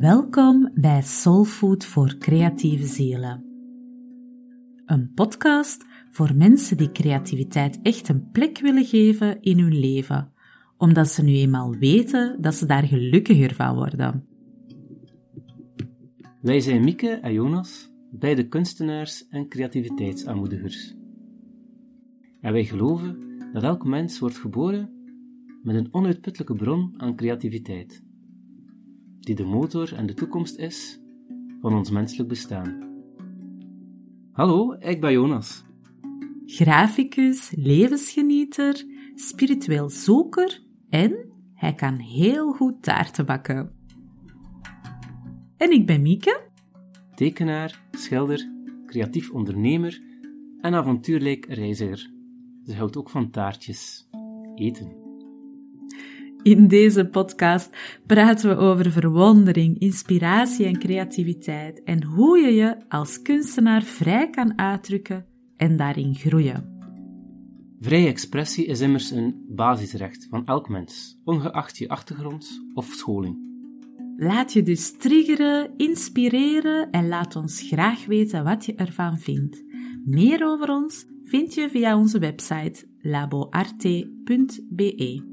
Welkom bij Soulfood voor creatieve zielen. Een podcast voor mensen die creativiteit echt een plek willen geven in hun leven, omdat ze nu eenmaal weten dat ze daar gelukkiger van worden. Wij zijn Mieke en Jonas, beide kunstenaars en creativiteitsaanmoedigers. En wij geloven dat elk mens wordt geboren met een onuitputtelijke bron aan creativiteit, die de motor en de toekomst is van ons menselijk bestaan. Hallo, ik ben Jonas. Graficus, levensgenieter, spiritueel zoeker en hij kan heel goed taarten bakken. En ik ben Mieke. Tekenaar, schilder, creatief ondernemer en avontuurlijk reiziger. Ze houdt ook van taartjes. Eten. In deze podcast praten we over verwondering, inspiratie en creativiteit en hoe je je als kunstenaar vrij kan uitdrukken en daarin groeien. Vrije expressie is immers een basisrecht van elk mens, ongeacht je achtergrond of scholing. Laat je dus triggeren, inspireren en laat ons graag weten wat je ervan vindt. Meer over ons vind je via onze website laboarte.be.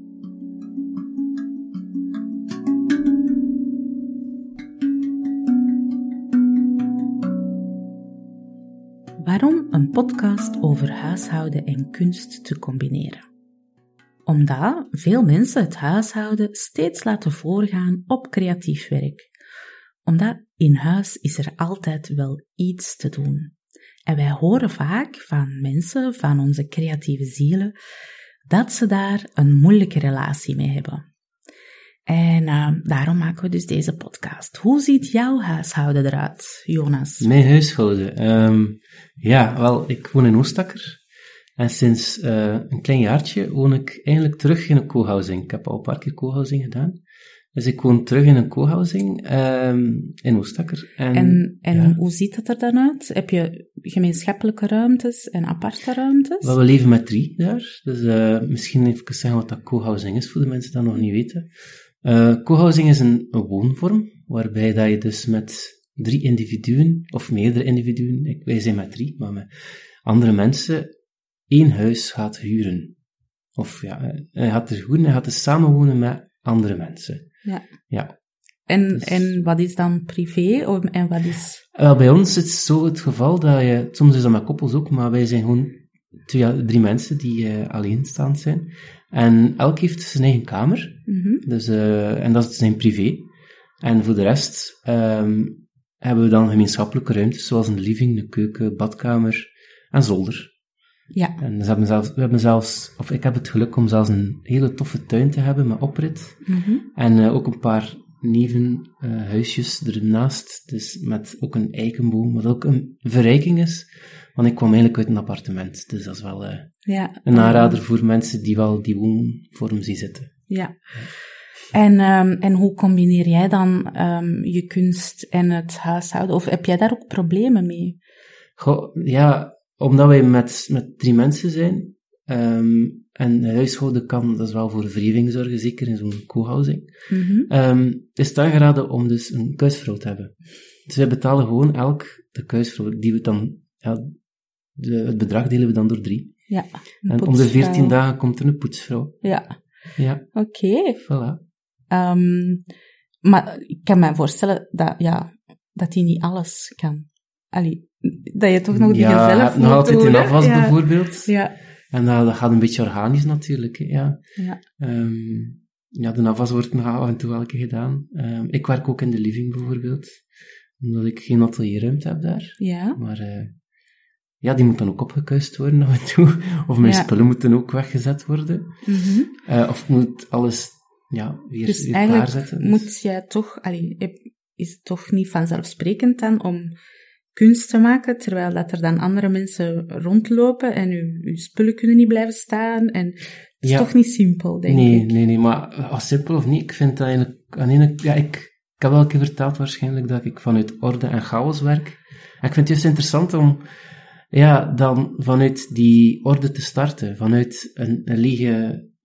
Waarom een podcast over huishouden en kunst te combineren? Omdat veel mensen het huishouden steeds laten voorgaan op creatief werk. Omdat in huis is er altijd wel iets te doen. En wij horen vaak van mensen, van onze creatieve zielen, dat ze daar een moeilijke relatie mee hebben. En daarom maken we dus deze podcast. Hoe ziet jouw huishouden eruit, Jonas? Mijn huishouden? Ik woon in Oostakker. En sinds een klein jaartje woon ik eigenlijk terug in een co-housing. Ik heb al een paar keer co-housing gedaan. Dus ik woon terug in een co-housing in Oostakker. En hoe ziet het er dan uit? Heb je gemeenschappelijke ruimtes en aparte ruimtes? We leven met 3 daar. Dus misschien even zeggen wat dat co-housing is, voor de mensen die dat nog niet weten. Co-housing is een woonvorm, waarbij dat je dus met 3 individuen, of meerdere individuen, wij zijn met 3, maar met andere mensen, 1 huis gaat huren. Of ja, hij gaat er huren, hij gaat er samenwonen met andere mensen. Ja. En wat is dan privé? En wat is... Bij ons is het zo het geval dat je, soms is dat met koppels ook, maar wij zijn gewoon 3 mensen die alleenstaand zijn. En elk heeft zijn eigen kamer. Mm-hmm. Dus, en dat is zijn privé. En voor de rest hebben we dan gemeenschappelijke ruimtes, zoals een living, een keuken, badkamer en zolder. Ja. En ik heb het geluk om zelfs een hele toffe tuin te hebben met oprit. Mm-hmm. En ook een paar nevenhuisjes ernaast, dus met ook een eikenboom, wat ook een verrijking is. Want ik kwam eigenlijk uit een appartement, dus dat is wel een aanrader voor mensen die wel die woonvorm zien zitten. Ja. En hoe combineer jij dan je kunst en het huishouden? Of heb jij daar ook problemen mee? Omdat wij met 3 mensen zijn, en huishouden kan, dat is wel voor wrijving zorgen, zeker in zo'n co-housing, is het aangeraden om dus een kuisvrouw te hebben. Dus wij betalen gewoon elk de kuisvrouw, die we dan, het bedrag delen we dan door 3. Ja, en om de 14 dagen komt er een poetsvrouw. Ja. Oké. Voilà. Maar ik kan me voorstellen dat die niet alles kan. Dat je toch nog die zelf moet nog altijd doen, in afwas bijvoorbeeld. Ja. En dat gaat een beetje organisch natuurlijk. De afwas wordt nog af en toe wel een keer gedaan. Ik werk ook in de living bijvoorbeeld, omdat ik geen atelierruimte heb daar. Ja. Maar die moet dan ook opgekuist worden af en toe. Of mijn spullen moeten ook weggezet worden. Mm-hmm. Of moet alles weer dus klaarzetten. Dus moet jij toch... is het toch niet vanzelfsprekend dan om kunst te maken, terwijl dat er dan andere mensen rondlopen en uw spullen kunnen niet blijven staan. En het is toch niet simpel, denk ik. Nee, maar simpel of niet, ik vind dat eigenlijk... Ik heb wel een keer verteld waarschijnlijk dat ik vanuit orde en chaos werk. En ik vind het juist interessant om dan vanuit die orde te starten, vanuit een lege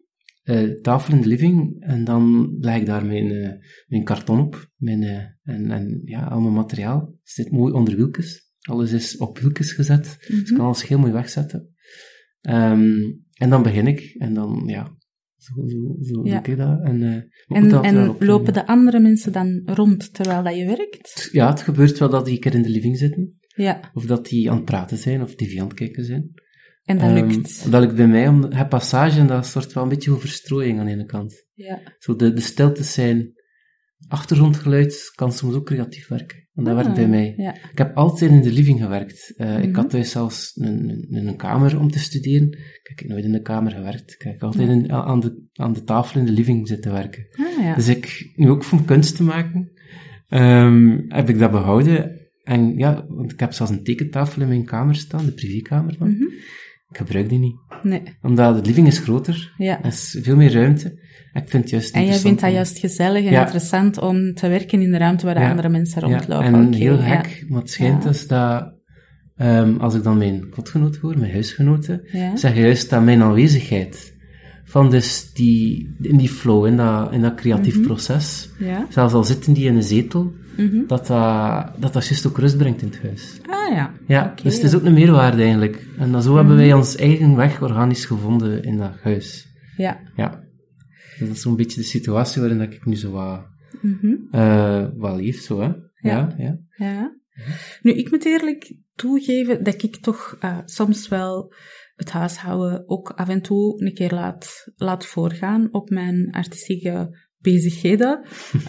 tafel in de living en dan leg ik daar mijn karton op, al mijn materiaal. Het zit mooi onder wieltjes. Alles is op wieltjes gezet, dus ik kan alles heel mooi wegzetten. En dan begin ik, en dan, zo doe ik dat. En lopen de andere mensen dan rond terwijl dat je werkt? Ja, het gebeurt wel dat die een keer in de living zitten. Ja. Of dat die aan het praten zijn, of tv aan het kijken zijn. En dat lukt? Dat lukt bij mij, omdat het passage, en dat soort wel een beetje overstrooiing aan de ene kant. Ja. Zo de stiltes zijn... Achtergrondgeluid kan soms ook creatief werken. En dat werkt bij mij. Ja. Ik heb altijd in de living gewerkt. Ik had thuis zelfs een kamer om te studeren. Ik heb nooit in de kamer gewerkt. Ik heb altijd aan de tafel in de living zitten werken. Dus nu ook voor kunst te maken, heb ik dat behouden. En want ik heb zelfs een tekentafel in mijn kamer staan, de privékamer dan. Ik gebruik die niet. Nee. Omdat de living is groter. Ja. Er is veel meer ruimte. Ik vind het juist en jij vindt dat juist gezellig en interessant om te werken in de ruimte waar de andere mensen rondlopen. En heel gek, maar het schijnt dus dat, als ik dan mijn lotgenoten hoor, mijn huisgenoten, zeggen juist dat mijn aanwezigheid van dus in die flow, in dat creatief proces, zelfs al zitten die in een zetel, dat juist ook rust brengt in het huis. Ja, dus het is ook een meerwaarde eigenlijk. En zo hebben wij ons eigen weg organisch gevonden in dat huis. Ja. Dat is zo'n beetje de situatie waarin ik nu zo wat leef, zo, hè. Ja. Nu, ik moet eerlijk toegeven dat ik toch soms wel het huishouden ook af en toe een keer laat voorgaan op mijn artistieke bezigheden.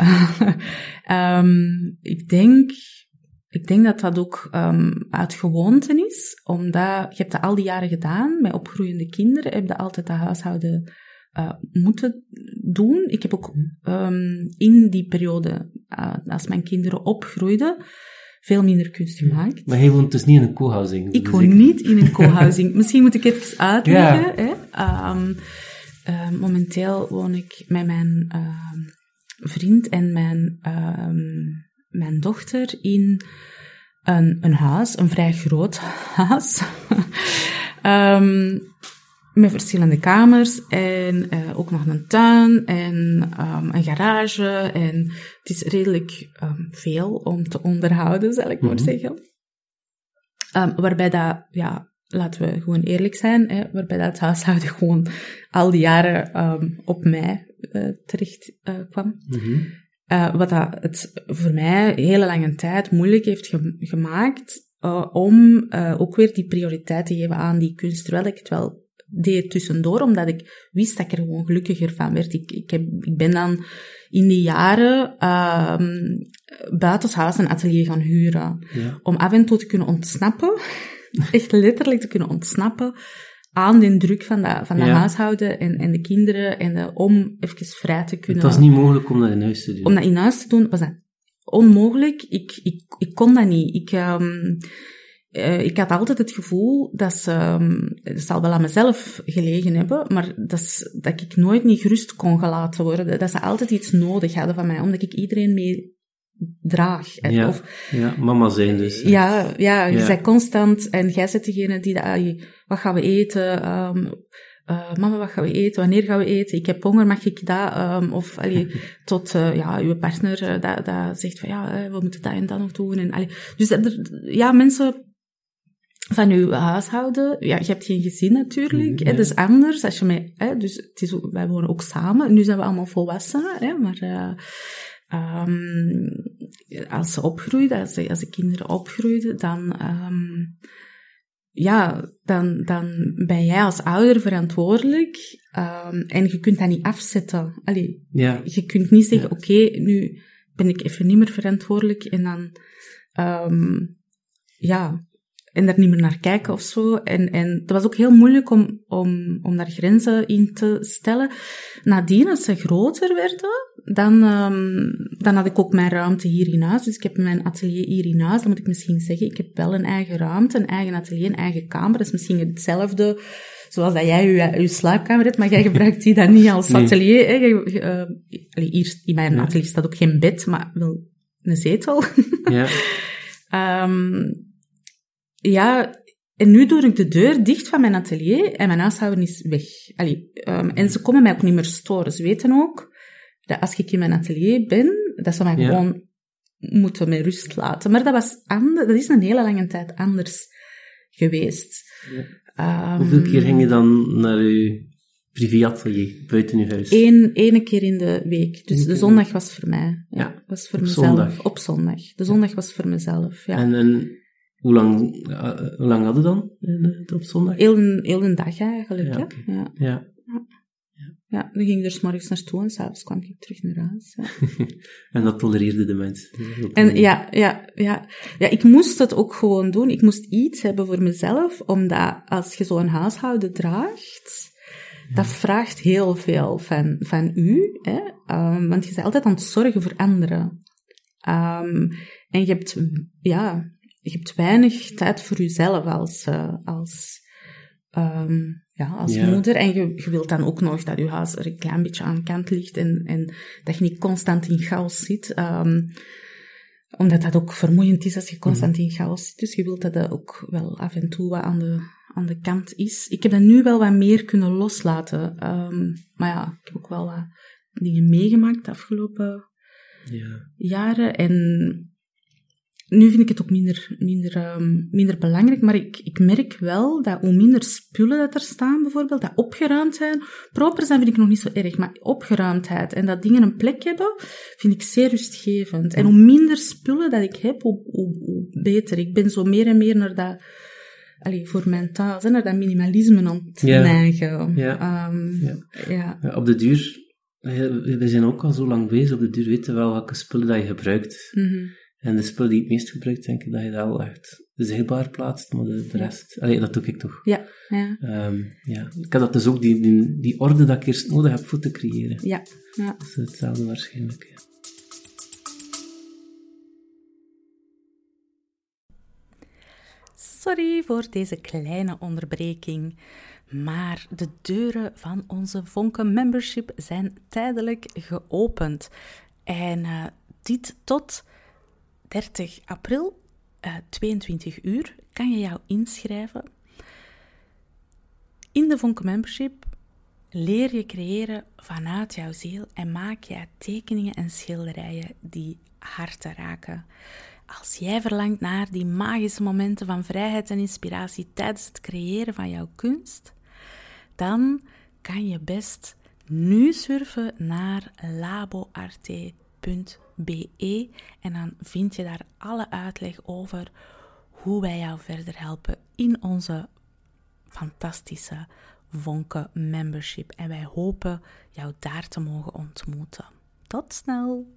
Ik denk dat dat ook uit gewoonte is, omdat je hebt dat al die jaren gedaan, met opgroeiende kinderen, heb je altijd dat huishouden moeten doen. Ik heb ook in die periode, als mijn kinderen opgroeiden, veel minder kunst gemaakt. Maar jij woont dus niet in een co-housing? Ik woon niet in een co-housing. Misschien moet ik even uitleggen. Momenteel woon ik met mijn vriend en mijn dochter in een huis, een vrij groot huis. Met verschillende kamers en ook nog een tuin en een garage. En het is redelijk veel om te onderhouden, zal ik maar zeggen. Waarbij dat, laten we gewoon eerlijk zijn, waarbij dat het huishouden gewoon al die jaren op mij terecht kwam. Wat dat het voor mij een hele lange tijd moeilijk heeft gemaakt om ook weer die prioriteit te geven aan die kunst, terwijl ik het wel deed tussendoor, omdat ik wist dat ik er gewoon gelukkiger van werd. Ik ben dan in die jaren buitenshuis een atelier gaan huren, om af en toe te kunnen ontsnappen, echt letterlijk te kunnen ontsnappen aan de druk van de huishouden en de kinderen, en om even vrij te kunnen... Het was niet mogelijk om dat in huis te doen. Om dat in huis te doen, was dat onmogelijk. Ik kon dat niet. Ik had altijd het gevoel dat het zal wel aan mezelf gelegen hebben, maar dat ik nooit niet gerust kon gelaten worden. Dat ze altijd iets nodig hadden van mij, omdat ik iedereen mee draag. Mama zijn dus. Je zei constant, en jij bent degene die wat gaan we eten? Mama, wat gaan we eten? Wanneer gaan we eten? Ik heb honger, mag ik dat? Tot uw partner dat zegt van, we moeten dat en dat nog doen. En, dus mensen van uw huishouden, je hebt geen gezin natuurlijk, dat is anders. Als je dus wij wonen ook samen, nu zijn we allemaal volwassenen, maar als ze opgroeiden, als de kinderen opgroeiden, dan ben jij als ouder verantwoordelijk, en je kunt dat niet afzetten. Je kunt niet zeggen, oké, nu ben ik even niet meer verantwoordelijk, en dan en daar niet meer naar kijken of zo. En het was ook heel moeilijk om daar grenzen in te stellen. Nadien, als ze groter werden, dan had ik ook mijn ruimte hier in huis. Dus ik heb mijn atelier hier in huis. Dan moet ik misschien zeggen, ik heb wel een eigen ruimte, een eigen atelier, een eigen kamer. Dat is misschien hetzelfde zoals dat jij je slaapkamer hebt, maar jij gebruikt die dan niet als atelier. Hier in mijn atelier staat ook geen bed, maar wel een zetel. En nu doe ik de deur dicht van mijn atelier en mijn huishouden is weg. En ze komen mij ook niet meer storen. Ze weten ook dat als ik in mijn atelier ben, dat ze mij gewoon moeten met rust laten. Maar dat is een hele lange tijd anders geweest. Ja. Hoeveel keer ging je dan naar je privéatelier buiten je huis? Ene keer in de week. Dus de zondag was voor mij. Ja, was voor mezelf. Zondag. Op zondag. De zondag was voor mezelf, ja. En hoe lang had je dan op zondag? Heel een dag eigenlijk, ja. Hè? Okay. Ja. Ja, dan ging ik er 's morgens naartoe en 's avonds kwam ik terug naar huis. Ja. En dat tolereerden de mensen. En ja, ik moest het ook gewoon doen. Ik moest iets hebben voor mezelf, omdat als je zo'n huishouden draagt, dat vraagt heel veel van u, hè? Want je bent altijd aan het zorgen voor anderen. En je hebt weinig tijd voor jezelf als moeder. En je wilt dan ook nog dat je huis er een klein beetje aan kant ligt en dat je niet constant in chaos zit. Omdat dat ook vermoeiend is als je constant in chaos zit. Dus je wilt dat dat ook wel af en toe wat aan de kant is. Ik heb dat nu wel wat meer kunnen loslaten. Maar ja, ik heb ook wel wat dingen meegemaakt de afgelopen jaren. En nu vind ik het ook minder belangrijk, maar ik merk wel dat hoe minder spullen dat er staan, bijvoorbeeld, dat opgeruimdheid, proper zijn vind ik nog niet zo erg, maar opgeruimdheid en dat dingen een plek hebben, vind ik zeer rustgevend. En hoe minder spullen dat ik heb, hoe beter. Ik ben zo meer en meer naar dat, voor mijn thuis, naar dat minimalisme aan het neigen. Ja, op de duur, we zijn ook al zo lang bezig, op de duur weten we wel welke spullen dat je gebruikt. Mm-hmm. En de spullen die je het meest gebruikt, denk ik dat je dat wel echt zichtbaar plaatst, maar de rest... dat doe ik toch. Ja. Ik heb dat dus ook, die orde dat ik eerst nodig heb voor te creëren. Ja. Dat is hetzelfde waarschijnlijk, ja. Sorry voor deze kleine onderbreking, maar de deuren van onze Vonke Membership zijn tijdelijk geopend. En dit tot 30 april, 22 uur, kan je jou inschrijven. In de Vonke Membership leer je creëren vanuit jouw ziel en maak jij tekeningen en schilderijen die harten raken. Als jij verlangt naar die magische momenten van vrijheid en inspiratie tijdens het creëren van jouw kunst, dan kan je best nu surfen naar laboarte.be en dan vind je daar alle uitleg over hoe wij jou verder helpen in onze fantastische Vonke Membership. En wij hopen jou daar te mogen ontmoeten. Tot snel!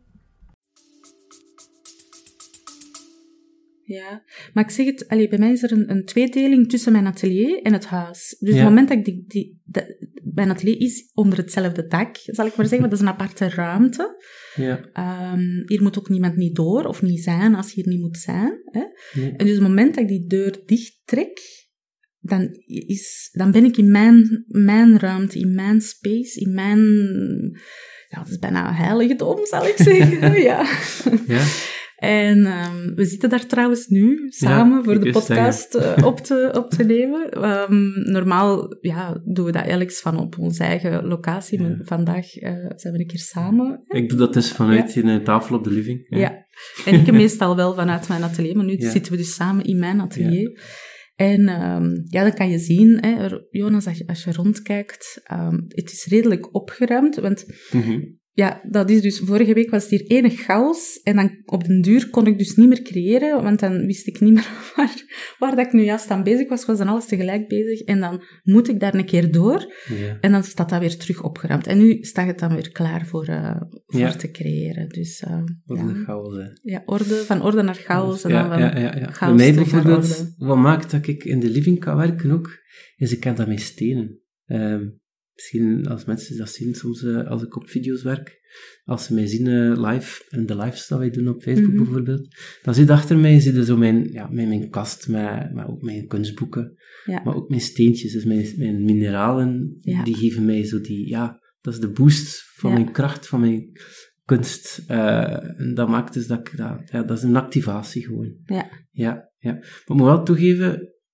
Ja, maar ik zeg het, bij mij is er een tweedeling tussen mijn atelier en het huis. Dus op het moment dat mijn atelier is onder hetzelfde dak, zal ik maar zeggen, dat is een aparte ruimte. Ja. Hier moet ook niemand niet door of niet zijn als je hier niet moet zijn. Hè? Nee. En dus op het moment dat ik die deur dicht trek, dan ben ik in mijn ruimte, in mijn space, in mijn... Ja, dat is bijna een heiligdom, zal ik zeggen. Ja. En we zitten daar trouwens nu samen voor de podcast op te nemen. Normaal doen we dat ergens van op onze eigen locatie, maar vandaag zijn we een keer samen. Ik doe dat dus vanuit een tafel op de living. Ja, en ik meestal wel vanuit mijn atelier, maar nu zitten we dus samen in mijn atelier. Ja. En dan kan je zien, hè, Jonas, als je rondkijkt, het is redelijk opgeruimd, want... Mm-hmm. Ja, dat is dus... Vorige week was het hier enig chaos. En dan op den duur kon ik dus niet meer creëren, want dan wist ik niet meer waar dat ik nu juist aan bezig was. Ik was dan alles tegelijk bezig. En dan moet ik daar een keer door. Ja. En dan staat dat weer terug opgeruimd. En nu staat het dan weer klaar voor te creëren. Dus, orde naar chaos, hè. Ja, van orde naar chaos. En dan chaos bij mij bijvoorbeeld, wat maakt dat ik in de living kan werken ook, is ik kan dat met stenen. Misschien als mensen dat zien, soms als ik op video's werk, als ze mij zien live, en de lives dat wij doen op Facebook bijvoorbeeld, dan zit achter mij zo mijn kast, met ook mijn kunstboeken, maar ook mijn steentjes, dus mijn mineralen, die geven mij zo dat is de boost van mijn kracht, van mijn kunst. En dat maakt dus dat is een activatie gewoon. Ja. Maar ik moet wel toegeven,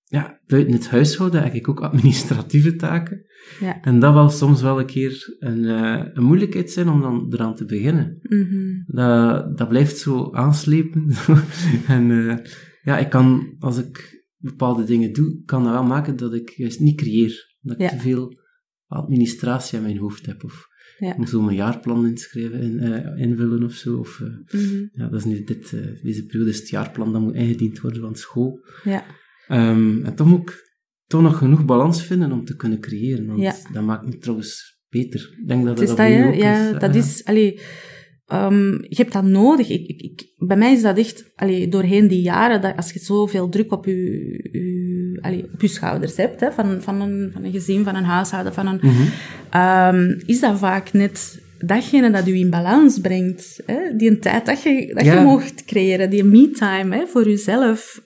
buiten het huishouden heb ik ook administratieve taken. Ja. En dat wil soms wel een keer een moeilijkheid zijn om dan eraan te beginnen. Mhm. Dat blijft zo aanslepen. En ik kan, als ik bepaalde dingen doe, kan dat wel maken dat ik juist niet creëer. Dat ik te veel administratie in mijn hoofd heb. Of ik moet zo mijn jaarplan invullen of zo. Of, dat is nu deze periode is het jaarplan dat moet ingediend worden van school. Ja. En toch moet ik toch nog genoeg balans vinden om te kunnen creëren. Want dat maakt me trouwens beter. Ik denk dat dat ook is. Dat is... je hebt dat nodig. Bij mij is dat echt... doorheen die jaren, dat als je zoveel druk op je schouders hebt, hè, van een gezin, van een huishouden, is dat vaak net datgene dat je in balans brengt. Hè? Die tijd dat je mocht creëren, die me-time, hè, voor jezelf.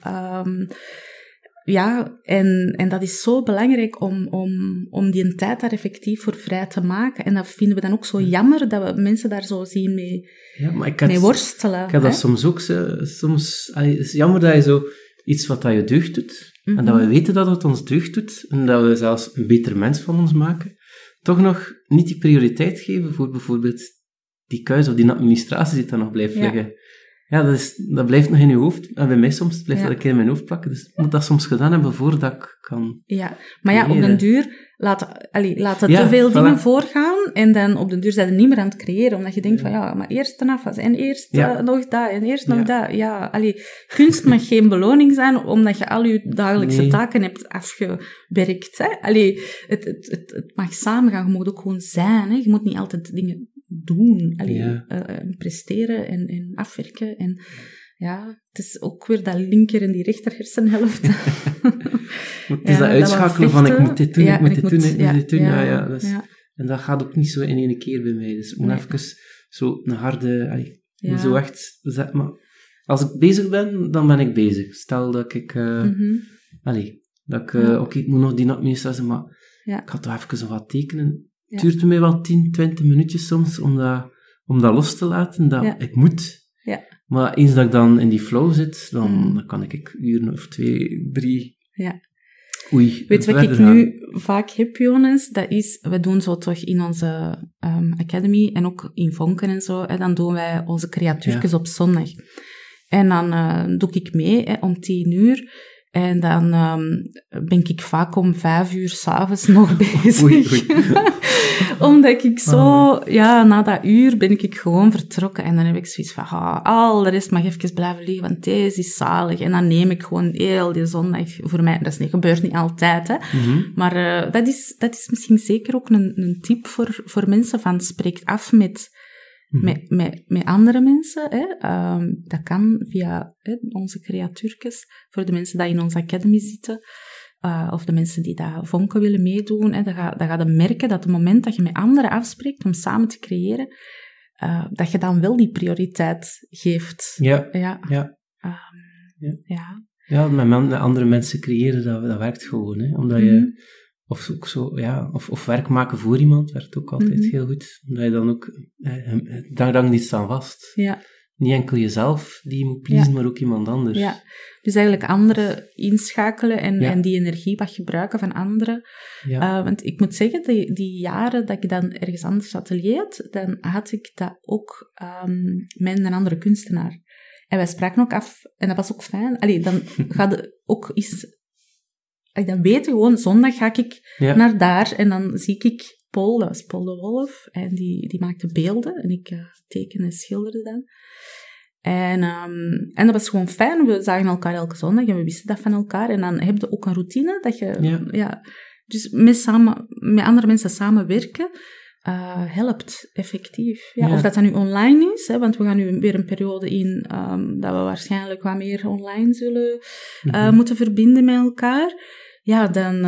En dat is zo belangrijk om die tijd daar effectief voor vrij te maken. En dat vinden we dan ook zo jammer, dat we mensen daar zo zien mee worstelen. Ik heb dat soms ook. Het is jammer dat je zo iets wat dat je deugd doet, en dat we weten dat het ons deugd doet, en dat we zelfs een beter mens van ons maken, toch nog niet die prioriteit geven voor bijvoorbeeld die kuis of die administratie die dan nog blijft liggen. Ja, dat blijft nog in je hoofd. En bij mij soms blijft dat een keer in mijn hoofd plakken. Dus ik moet dat soms gedaan hebben voordat ik kan... Ja, maar op den duur laat te veel dingen voorgaan. En dan op den duur zijn je niet meer aan het creëren. Omdat je denkt van, maar eerst ten afwas. En eerst nog dat. En eerst nog dat. Ja, kunst mag geen beloning zijn, omdat je al je dagelijkse taken hebt afgewerkt. Hè? Het mag samengaan. Je moet ook gewoon zijn. Hè? Je moet niet altijd dingen doen, presteren en afwerken. En het is ook weer dat linker en die rechter hersenhelft. Het is dat uitschakelen van ik moet dit doen, ik moet dit doen. En dat gaat ook niet zo in één keer bij mij. Dus ik moet even zo een harde... Zo echt... Maar als ik bezig ben, dan ben ik bezig. Stel dat ik... ik moet nog die administratie, maar ik ga toch even zo wat tekenen. Het duurt mij wel 10, 20 minuutjes soms om dat los te laten, dat ik moet. Ja. Maar eens dat ik dan in die flow zit, dan kan ik uren of 2, 3... Ja. Weet je wat ik nu vaak heb, Jonas? Dat is, we doen zo toch in onze academy en ook in Vonken en zo, dan doen wij onze creatuurtjes op zondag. En dan doe ik mee om 10:00. En dan ben ik vaak om 5:00 s'avonds nog bezig. Oei. Omdat ik zo... na dat uur ben ik gewoon vertrokken. En dan heb ik zoiets van... al de rest mag even blijven liggen, want deze is zalig. En dan neem ik gewoon heel die zondag voor mij. Dat gebeurt niet altijd, hè. Mm-hmm. Maar dat is misschien zeker ook een tip voor mensen. Van spreek af met andere mensen. Hè. Dat kan via onze creatuurtjes. Voor de mensen die in onze academy zitten. Of de mensen die dat vonken willen meedoen. Hè. Dan ga je merken dat het moment dat je met anderen afspreekt om samen te creëren, dat je dan wel die prioriteit geeft. Ja, met andere mensen creëren, dat werkt gewoon. Hè. Omdat je... Of ook zo, of werk maken voor iemand werkt ook altijd heel goed. Omdat je dan ook, daar hangt niets aan vast. Ja. Niet enkel jezelf die je moet pleasen, maar ook iemand anders. Ja, dus eigenlijk anderen inschakelen en die energie wat gebruiken van anderen. Ja. Want ik moet zeggen, die jaren dat ik dan ergens anders atelier had, dan had ik dat ook met een andere kunstenaar. En wij spraken ook af, en dat was ook fijn. Dan gaat het ook eens... Dan weet je gewoon, zondag ga ik naar daar en dan zie ik Paul, dat was Paul de Wolf, en die maakte beelden en ik tekende en schilderde dan. En dat was gewoon fijn, we zagen elkaar elke zondag en we wisten dat van elkaar. En dan heb je ook een routine, dat je... Dus met andere mensen samenwerken helpt effectief. Ja. Of dat nu online is, hè, want we gaan nu weer een periode in dat we waarschijnlijk wat meer online zullen moeten verbinden met elkaar. Ja, dan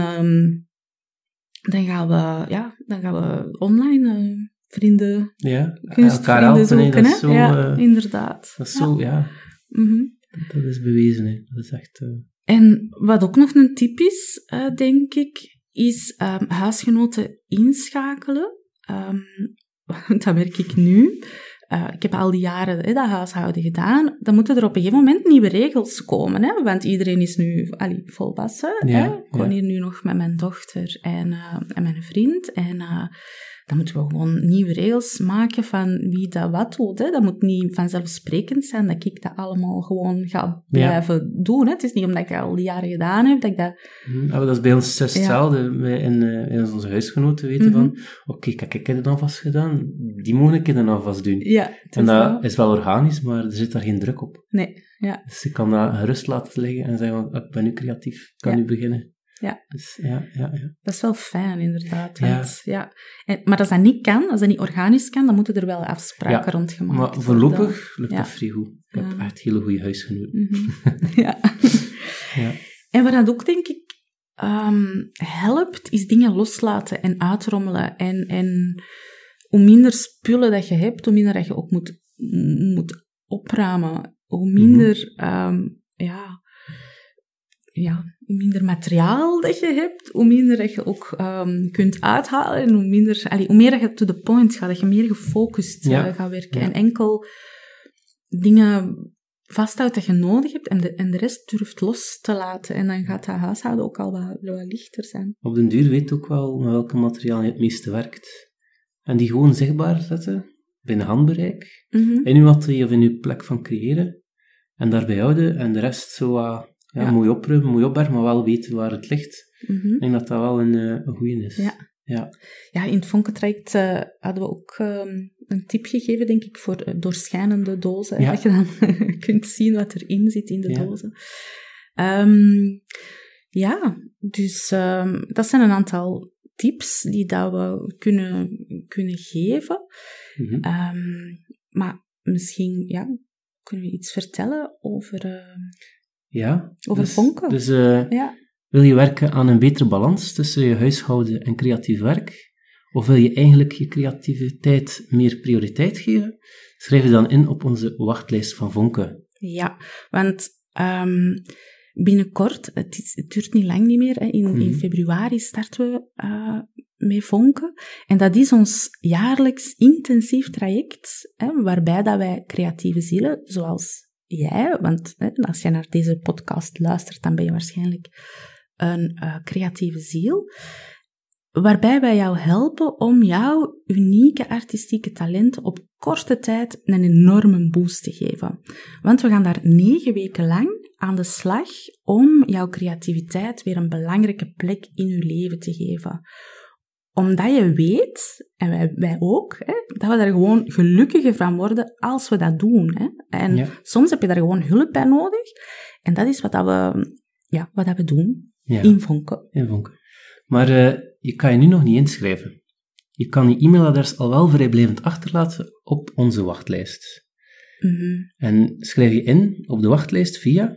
gaan we online vrienden, kunstvrienden zoeken. Hè? Zo, ja, inderdaad. Dat is zo, Mm-hmm. Dat is bewezen, hè. Dat is echt... En wat ook nog een tip is, denk ik, is huisgenoten inschakelen. Dat merk ik nu. ik heb al die jaren dat huishouden gedaan, dan moeten er op een gegeven moment nieuwe regels komen, hè? Want iedereen is nu volwassen. Ja, hè? Ik woon hier nu nog met mijn dochter en mijn vriend. En dan moeten we gewoon nieuwe regels maken van wie dat wat doet. Hè? Dat moet niet vanzelfsprekend zijn dat ik dat allemaal gewoon ga blijven doen. Hè? Het is niet omdat ik dat al die jaren gedaan heb, dat ik dat... Dat is bij ons hetzelfde. Wij in onze huisgenoten weten van, oké, kijk, ik heb het alvast gedaan, die mogen ik dan alvast doen. Ja, en dat is wel organisch, maar er zit daar geen druk op. Nee, ja. Dus ik kan dat gerust laten liggen en zeggen, ik ben nu creatief, ik kan nu beginnen. Ja. Dus, ja. Dat is wel fijn, inderdaad. Want, maar als dat niet kan, als dat niet organisch kan, dan moeten er wel afspraken rond gemaakt worden. Maar voorlopig lukt dat vrij goed. Ik heb echt hele goede huisgenoten. Ja. En wat dat ook, denk ik, helpt, is dingen loslaten en uitrommelen. En hoe minder spullen dat je hebt, hoe minder dat je ook moet opruimen. Hoe minder... hoe minder materiaal dat je hebt, hoe minder dat je ook kunt uithalen en hoe meer dat je to the point gaat, dat je meer gefocust gaat werken en enkel dingen vasthoudt dat je nodig hebt en de rest durft los te laten. En dan gaat dat huishouden ook al wat lichter zijn. Op den duur weet je ook wel met welke materiaal je het meeste werkt. En die gewoon zichtbaar zetten, binnen handbereik, in je atelier of in je plek van creëren, en daarbij houden, en de rest zo... mooi opruimen, mooi opbergen, maar wel weten waar het ligt. Ik denk dat dat wel een goeie is. Ja, in het Vonken-traject hadden we ook een tip gegeven, denk ik, voor doorschijnende dozen. Dat je dan kunt zien wat erin zit in de dozen. Dus dat zijn een aantal tips die dat we kunnen geven. Maar misschien kunnen we iets vertellen over... over vonken. Dus wil je werken aan een betere balans tussen je huishouden en creatief werk? Of wil je eigenlijk je creativiteit meer prioriteit geven? Schrijf je dan in op onze wachtlijst van Vonken. Ja, want binnenkort, het duurt niet lang niet meer, hè, in februari starten we met Vonken. En dat is ons jaarlijks intensief traject, waarbij dat wij creatieve zielen, zoals... jij, want als je naar deze podcast luistert, dan ben je waarschijnlijk een creatieve ziel, waarbij wij jou helpen om jouw unieke artistieke talenten op korte tijd een enorme boost te geven. Want we gaan daar 9 weken lang aan de slag om jouw creativiteit weer een belangrijke plek in je leven te geven. Omdat je weet, en wij ook, dat we daar gewoon gelukkiger van worden als we dat doen. En soms heb je daar gewoon hulp bij nodig. En dat is wat we doen in Vonken. Maar je kan je nu nog niet inschrijven. Je kan je e-mailadres al wel vrijblijvend achterlaten op onze wachtlijst. En schrijf je in op de wachtlijst via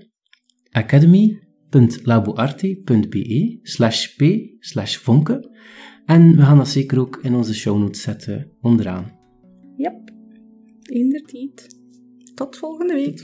academy.laboarte.be/p/vonken. En we gaan dat zeker ook in onze shownotes zetten onderaan. Yep, inderdaad. Tot volgende week.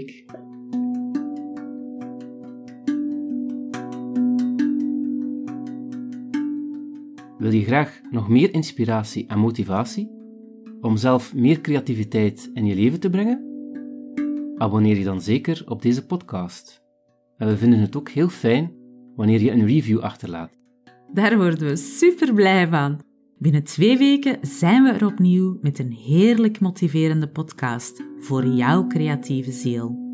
Wil je graag nog meer inspiratie en motivatie om zelf meer creativiteit in je leven te brengen? Abonneer je dan zeker op deze podcast. En we vinden het ook heel fijn wanneer je een review achterlaat. Daar worden we super blij van. Binnen 2 weken zijn we er opnieuw met een heerlijk motiverende podcast voor jouw creatieve ziel.